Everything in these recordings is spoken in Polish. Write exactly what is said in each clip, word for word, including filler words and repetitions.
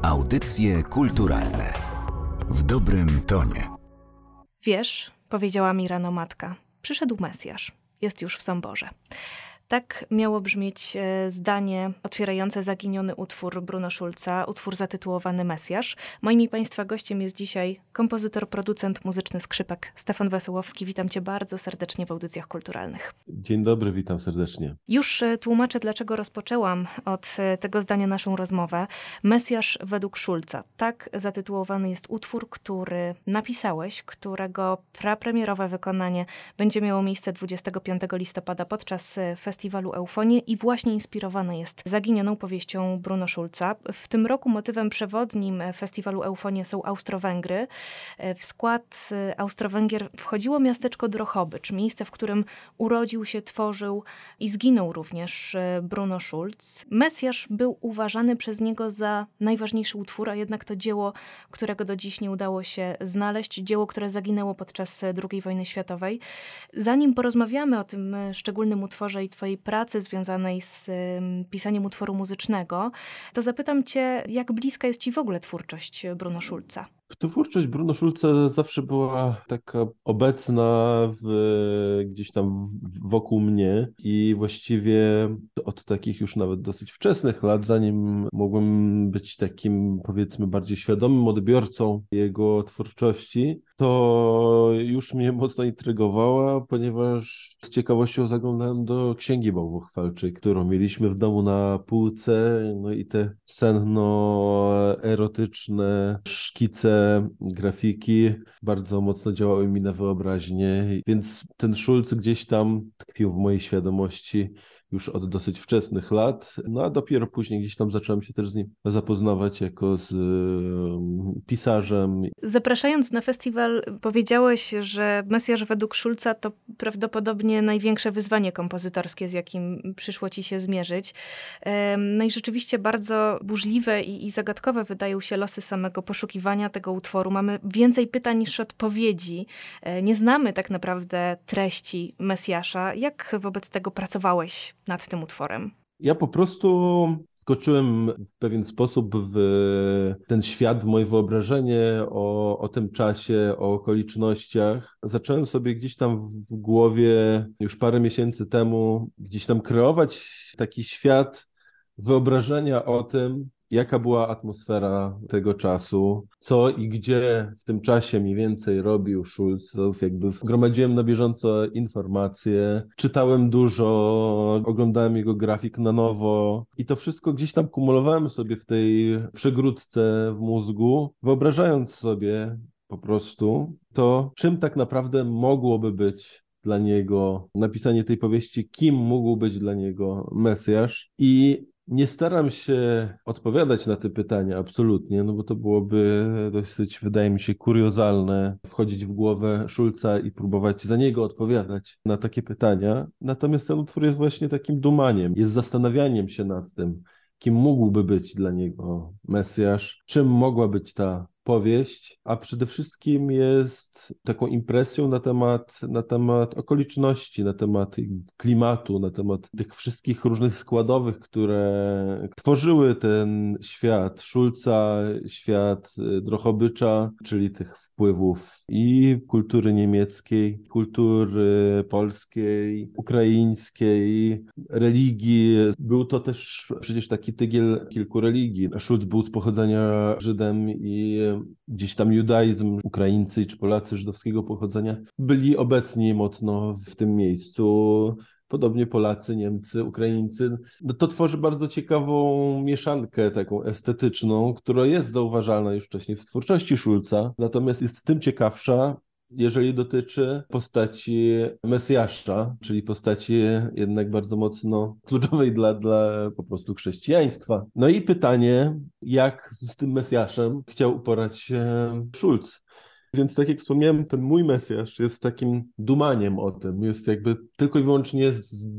Audycje kulturalne w dobrym tonie. Wiesz, powiedziała mi rano matka, przyszedł Mesjasz, jest już w Somborze. Tak miało brzmieć zdanie otwierające zaginiony utwór Bruno Schulza, utwór zatytułowany Mesjasz. Moim i Państwa gościem jest dzisiaj kompozytor, producent muzyczny skrzypek Stefan Wesołowski. Witam Cię bardzo serdecznie w audycjach kulturalnych. Dzień dobry, witam serdecznie. Już tłumaczę, dlaczego rozpoczęłam od tego zdania naszą rozmowę. Mesjasz według Schulza. Tak zatytułowany jest utwór, który napisałeś, którego prapremierowe wykonanie będzie miało miejsce dwudziestego piątego listopada podczas festiwalu Festiwalu Eufonie i właśnie inspirowany jest zaginioną powieścią Bruno Schulza. W tym roku motywem przewodnim Festiwalu Eufonie są Austro-Węgry. W skład Austro-Węgier wchodziło miasteczko Drohobycz, miejsce, w którym urodził się, tworzył i zginął również Bruno Schulz. Mesjasz był uważany przez niego za najważniejszy utwór, a jednak to dzieło, którego do dziś nie udało się znaleźć, dzieło, które zaginęło podczas drugiej wojny światowej. Zanim porozmawiamy o tym szczególnym utworze i twojej pracy związanej z um, pisaniem utworu muzycznego, to zapytam Cię, jak bliska jest Ci w ogóle twórczość Bruno Schulza? Twórczość Bruno Schulza zawsze była taka obecna w, gdzieś tam w, wokół mnie i właściwie od takich już nawet dosyć wczesnych lat, zanim mogłem być takim, powiedzmy, bardziej świadomym odbiorcą jego twórczości, to już mnie mocno intrygowała, ponieważ z ciekawością zaglądałem do Księgi Bałwochwalczej, którą mieliśmy w domu na półce, no i te senno-erotyczne szkice, grafiki bardzo mocno działały mi na wyobraźnię, więc ten Schulz gdzieś tam tkwił w mojej świadomości już od dosyć wczesnych lat, no a dopiero później gdzieś tam zacząłem się też z nim zapoznawać jako z y, pisarzem. Zapraszając na festiwal powiedziałeś, że Mesjasz według Schulza to prawdopodobnie największe wyzwanie kompozytorskie, z jakim przyszło ci się zmierzyć. No i rzeczywiście bardzo burzliwe i, i zagadkowe wydają się losy samego poszukiwania tego utworu. Mamy więcej pytań niż odpowiedzi. Nie znamy tak naprawdę treści Mesjasza. Jak wobec tego pracowałeś nad tym utworem? Ja po prostu wskoczyłem w pewien sposób w ten świat, w moje wyobrażenie o, o tym czasie, o okolicznościach. Zacząłem sobie gdzieś tam w głowie już parę miesięcy temu gdzieś tam kreować taki świat wyobrażenia o tym, jaka była atmosfera tego czasu, co i gdzie w tym czasie mniej więcej robił Schulz. Jakby gromadziłem na bieżąco informacje, czytałem dużo, oglądałem jego grafik na nowo i to wszystko gdzieś tam kumulowałem sobie w tej przegródce w mózgu, wyobrażając sobie po prostu to, czym tak naprawdę mogłoby być dla niego napisanie tej powieści, kim mógł być dla niego Mesjasz. I nie staram się odpowiadać na te pytania absolutnie, no bo to byłoby dosyć, wydaje mi się, kuriozalne wchodzić w głowę Schulza i próbować za niego odpowiadać na takie pytania. Natomiast ten utwór jest właśnie takim dumaniem, jest zastanawianiem się nad tym, kim mógłby być dla niego Mesjasz, czym mogła być ta powieść, a przede wszystkim jest taką impresją na temat, na temat okoliczności, na temat klimatu, na temat tych wszystkich różnych składowych, które tworzyły ten świat Schulza, świat Drohobycza, czyli tych wpływów i kultury niemieckiej, kultury polskiej, ukraińskiej, religii. Był to też przecież taki tygiel kilku religii. Schulz był z pochodzenia Żydem i gdzieś tam judaizm, Ukraińcy czy Polacy żydowskiego pochodzenia byli obecni mocno w tym miejscu. Podobnie Polacy, Niemcy, Ukraińcy. No to tworzy bardzo ciekawą mieszankę taką estetyczną, która jest zauważalna już wcześniej w twórczości Schulza, natomiast jest tym ciekawsza, jeżeli dotyczy postaci Mesjasza, czyli postaci jednak bardzo mocno kluczowej dla, dla po prostu chrześcijaństwa. No i pytanie, jak z tym Mesjaszem chciał uporać się Schulz. Więc tak jak wspomniałem, ten mój Mesjasz jest takim dumaniem o tym, jest jakby tylko i wyłącznie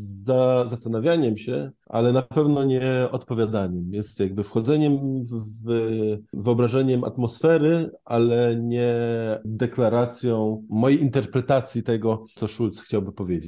za zastanawianiem się, ale na pewno nie odpowiadaniem. Jest jakby wchodzeniem w, w wyobrażeniem atmosfery, ale nie deklaracją mojej interpretacji tego, co Schulz chciałby powiedzieć.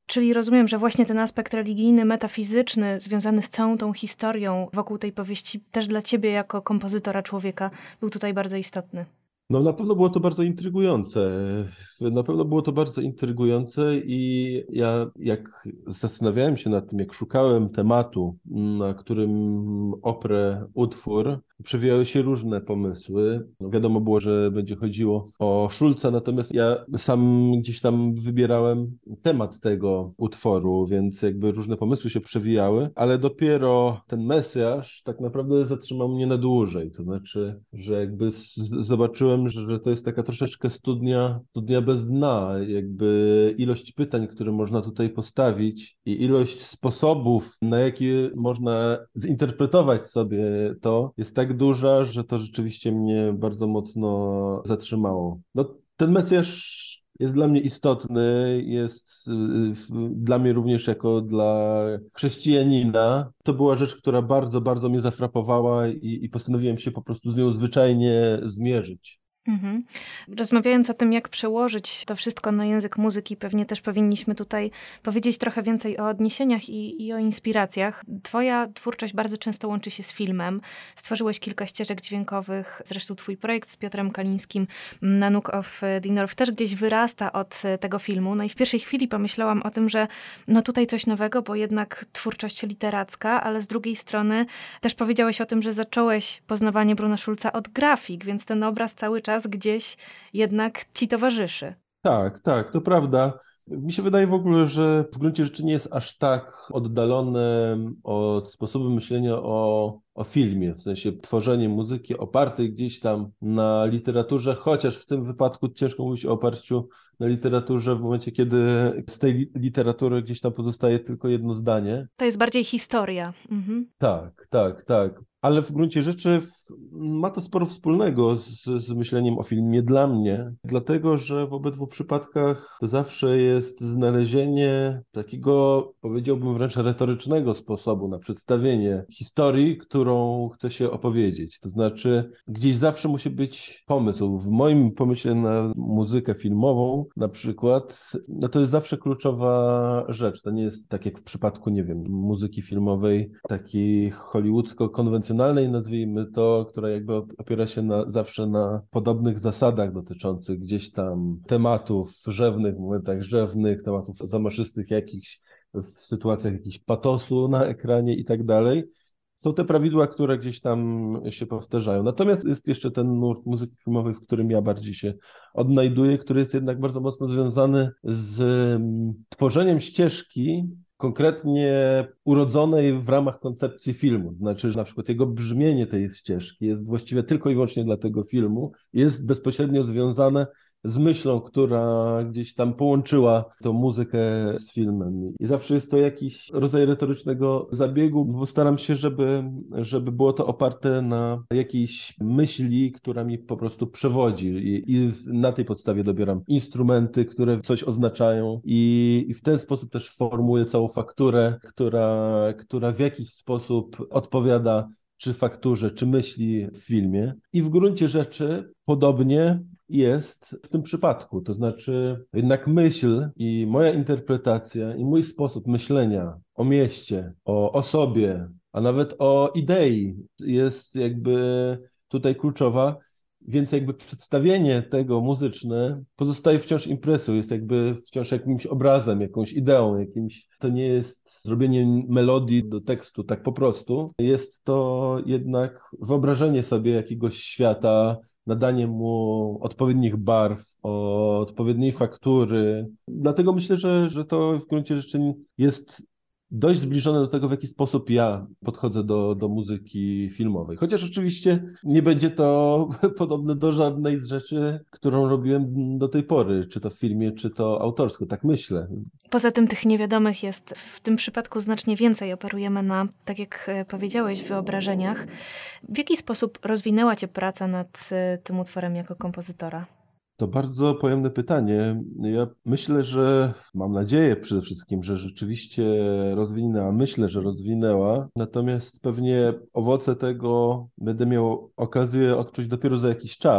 Czyli rozumiem, że właśnie ten aspekt religijny, metafizyczny, związany z całą tą historią wokół tej powieści, też dla ciebie jako kompozytora człowieka był tutaj bardzo istotny. No na pewno było to bardzo intrygujące. Na pewno było to bardzo intrygujące i ja jak zastanawiałem się nad tym, jak szukałem tematu, na którym oprę utwór, przewijały się różne pomysły. No wiadomo było, że będzie chodziło o Schulza, natomiast ja sam gdzieś tam wybierałem temat tego utworu, więc jakby różne pomysły się przewijały, ale dopiero ten Mesjasz tak naprawdę zatrzymał mnie na dłużej. To znaczy, że jakby z- zobaczyłem, że, że to jest taka troszeczkę studnia, studnia bez dna, jakby ilość pytań, które można tutaj postawić i ilość sposobów, na jakie można zinterpretować sobie to, jest tak duża, że to rzeczywiście mnie bardzo mocno zatrzymało. No, ten Mesjasz jest dla mnie istotny, jest y, w- dla mnie również jako dla chrześcijanina. To była rzecz, która bardzo, bardzo mnie zafrapowała i, i postanowiłem się po prostu z nią zwyczajnie zmierzyć. Mhm. Rozmawiając o tym, jak przełożyć to wszystko na język muzyki, pewnie też powinniśmy tutaj powiedzieć trochę więcej o odniesieniach i, i o inspiracjach. Twoja twórczość bardzo często łączy się z filmem. Stworzyłeś kilka ścieżek dźwiękowych, zresztą twój projekt z Piotrem Kalińskim, Nanook of the North, też gdzieś wyrasta od tego filmu. No i w pierwszej chwili pomyślałam o tym, że no tutaj coś nowego, bo jednak twórczość literacka, ale z drugiej strony też powiedziałeś o tym, że zacząłeś poznawanie Bruna Schulza od grafik, więc ten obraz cały czas gdzieś jednak ci towarzyszy. Tak, tak, to prawda. Mi się wydaje w ogóle, że w gruncie rzeczy nie jest aż tak oddalone od sposobu myślenia o, o filmie, w sensie tworzenie muzyki opartej gdzieś tam na literaturze, chociaż w tym wypadku ciężko mówić o oparciu na literaturze w momencie, kiedy z tej li- literatury gdzieś tam pozostaje tylko jedno zdanie. To jest bardziej historia. Mhm. Tak, tak, tak. Ale w gruncie rzeczy w, ma to sporo wspólnego z, z myśleniem o filmie dla mnie, dlatego że w obydwu przypadkach to zawsze jest znalezienie takiego, powiedziałbym wręcz retorycznego sposobu na przedstawienie historii, którą chce się opowiedzieć. To znaczy, gdzieś zawsze musi być pomysł. W moim pomyśle na muzykę filmową na przykład, no to jest zawsze kluczowa rzecz. To nie jest tak jak w przypadku, nie wiem, muzyki filmowej, takiej hollywoodzko-konwencjonalnej, nazwijmy to, która jakby opiera się na, zawsze na podobnych zasadach dotyczących gdzieś tam tematów rzewnych, w momentach rzewnych, tematów zamaszystych jakichś, w sytuacjach jakichś patosu na ekranie i tak dalej. Są te prawidła, które gdzieś tam się powtarzają. Natomiast jest jeszcze ten nurt muzyki filmowej, w którym ja bardziej się odnajduję, który jest jednak bardzo mocno związany z mm, tworzeniem ścieżki, konkretnie urodzonej w ramach koncepcji filmu. Znaczy, że na przykład jego brzmienie tej ścieżki jest właściwie tylko i wyłącznie dla tego filmu, jest bezpośrednio związane z myślą, która gdzieś tam połączyła tą muzykę z filmem. I zawsze jest to jakiś rodzaj retorycznego zabiegu, bo staram się, żeby, żeby było to oparte na jakiejś myśli, która mi po prostu przewodzi i, i na tej podstawie dobieram instrumenty, które coś oznaczają i, i w ten sposób też formuję całą fakturę, która, która w jakiś sposób odpowiada czy fakturze, czy myśli w filmie. I w gruncie rzeczy podobnie jest w tym przypadku. To znaczy jednak myśl i moja interpretacja i mój sposób myślenia o mieście, o osobie, a nawet o idei jest jakby tutaj kluczowa. Więc jakby przedstawienie tego muzyczne pozostaje wciąż impresją, jest jakby wciąż jakimś obrazem, jakąś ideą, jakimś, to nie jest zrobienie melodii do tekstu tak po prostu. Jest to jednak wyobrażenie sobie jakiegoś świata, nadanie mu odpowiednich barw, odpowiedniej faktury. Dlatego myślę, że, że to w gruncie rzeczy jest dość zbliżone do tego, w jaki sposób ja podchodzę do, do muzyki filmowej. Chociaż oczywiście nie będzie to podobne do żadnej z rzeczy, którą robiłem do tej pory, czy to w filmie, czy to autorsko, tak myślę. Poza tym tych niewiadomych jest w tym przypadku znacznie więcej. Operujemy na, tak jak powiedziałeś, wyobrażeniach. W jaki sposób rozwinęła cię praca nad tym utworem jako kompozytora? To bardzo pojemne pytanie. Ja myślę, że mam nadzieję przede wszystkim, że rzeczywiście rozwinęła. Myślę, że rozwinęła. Natomiast pewnie owoce tego będę miał okazję odczuć dopiero za jakiś czas.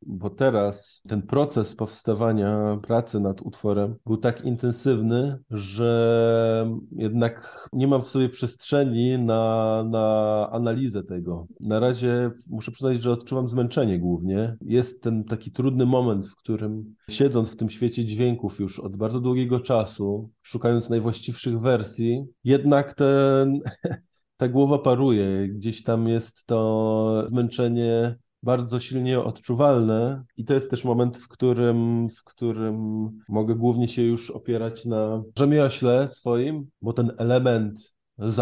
bo teraz ten proces powstawania pracy nad utworem był tak intensywny, że jednak nie mam w sobie przestrzeni na, na analizę tego. Na razie muszę przyznać, że odczuwam zmęczenie głównie. Jest ten taki trudny moment, w którym siedząc w tym świecie dźwięków już od bardzo długiego czasu, szukając najwłaściwszych wersji, jednak ten, ta głowa paruje. Gdzieś tam jest to zmęczenie bardzo silnie odczuwalne i to jest też moment, w którym, w którym mogę głównie się już opierać na rzemiośle swoim, bo ten element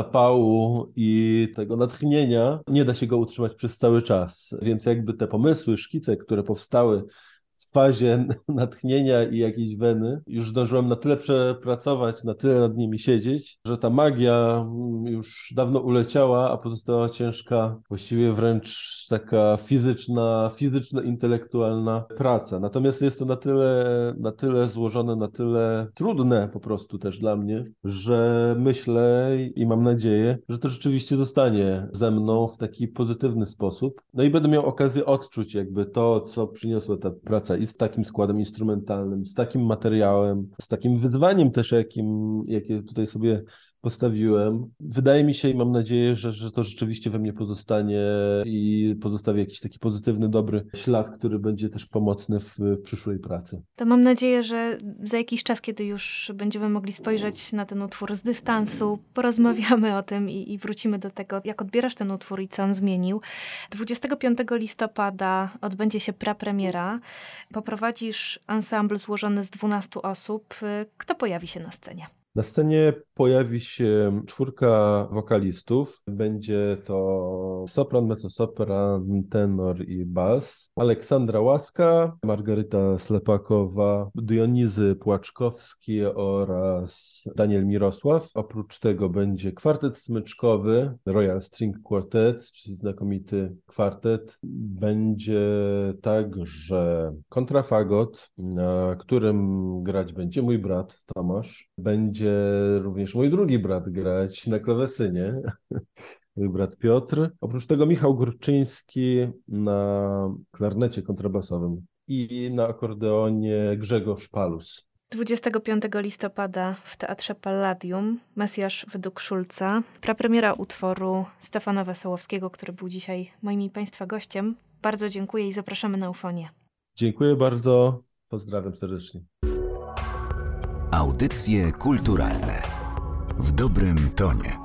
zapału i tego natchnienia nie da się go utrzymać przez cały czas. Więc jakby te pomysły, szkice, które powstały w fazie natchnienia i jakiejś weny, już zdążyłem na tyle przepracować, na tyle nad nimi siedzieć, że ta magia już dawno uleciała, a pozostała ciężka, właściwie wręcz taka fizyczna, fizyczno-intelektualna praca. Natomiast jest to na tyle, na tyle złożone, na tyle trudne po prostu też dla mnie, że myślę i mam nadzieję, że to rzeczywiście zostanie ze mną w taki pozytywny sposób. No i będę miał okazję odczuć jakby to, co przyniosła ta praca i z takim składem instrumentalnym, z takim materiałem, z takim wyzwaniem też, jakim, jakie tutaj sobie postawiłem. Wydaje mi się i mam nadzieję, że, że to rzeczywiście we mnie pozostanie i pozostawi jakiś taki pozytywny, dobry ślad, który będzie też pomocny w przyszłej pracy. To mam nadzieję, że za jakiś czas, kiedy już będziemy mogli spojrzeć na ten utwór z dystansu, porozmawiamy o tym i, i wrócimy do tego, jak odbierasz ten utwór i co on zmienił. dwudziestego piątego listopada odbędzie się prapremiera. Poprowadzisz ensemble złożony z dwunastu osób. Kto pojawi się na scenie? Na scenie pojawi się czwórka wokalistów. Będzie to sopran, mezzosopran, tenor i bas. Aleksandra Łaska, Margaryta Slepakowa, Dionizy Płaczkowski oraz Daniel Mirosław. Oprócz tego będzie kwartet smyczkowy, Royal String Quartet, czyli znakomity kwartet. Będzie także kontrafagot, na którym grać będzie mój brat Tomasz. Będzie również mój drugi brat grać na klawesynie, mój brat Piotr. Oprócz tego Michał Górczyński na klarnecie kontrabasowym i na akordeonie Grzegorz Palus. dwudziestego piątego listopada w Teatrze Palladium Mesjasz według Szulca. Prapremiera utworu Stefana Wesołowskiego, który był dzisiaj moim i Państwa gościem. Bardzo dziękuję i zapraszamy na Eufonię. Dziękuję bardzo. Pozdrawiam serdecznie. Audycje kulturalne w dobrym tonie.